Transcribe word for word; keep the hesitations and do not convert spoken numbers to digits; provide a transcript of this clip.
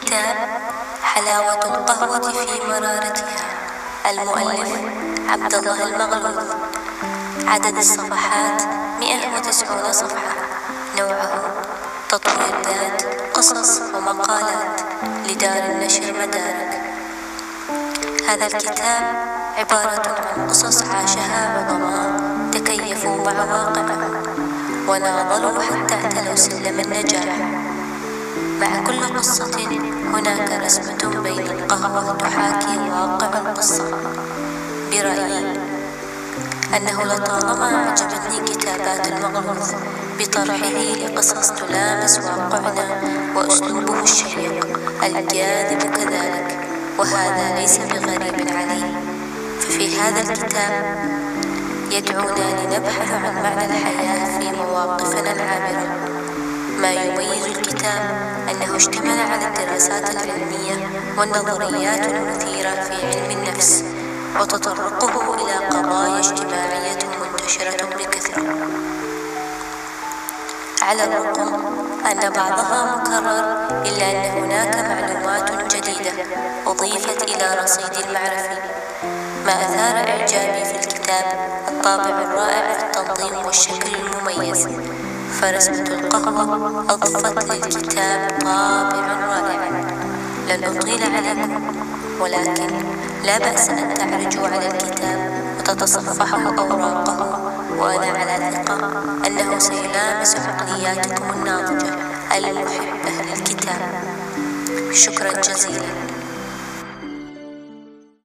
كتاب حلاوة القهوة في مرارتها، المؤلف عبد الله المغلوث. عدد الصفحات مئة وتسعون صفحة. نوعه تطوير ذات، قصص ومقالات، لدار النشر مدارك. هذا الكتاب عبارة عن قصص عاشها عظماء تكيفوا مع واقعهم وناضلوا حتى اعتلوا سلم النجاح. مع كل قصة هناك رسمة بين القهوة تحاكي واقع القصة. برأيي أنه لطالما أعجبتني كتابات المغلوث بطرحه لقصص تلامس واقعنا، وأسلوبه الشيق الجاذب كذلك، وهذا ليس بغريب عليه. ففي هذا الكتاب يدعونا لنبحث عن معنى الحياة في مواقفنا العابرة. ما يميز الكتاب أنه اشتمل على الدراسات العلمية والنظريات المثيرة في علم النفس، وتطرقه إلى قضايا اجتماعية منتشرة بكثرة، على الرغم أن بعضها مكرر، إلا أن هناك معلومات جديدة أضيفت إلى رصيد المعرفي. ما أثار إعجابي في الكتاب الطابع الرائع في التنظيم والشكل المميز، فرسمة القهوة أضفت للكتاب طابع رائع. لن أطيل عليكم، ولكن لا بأس أن تعرجوا على الكتاب وتتصفحوا أوراقه، وأنا على ثقة أنه سيلامس عقلياتكم الناضجة المحبة للكتاب. شكرا جزيلا.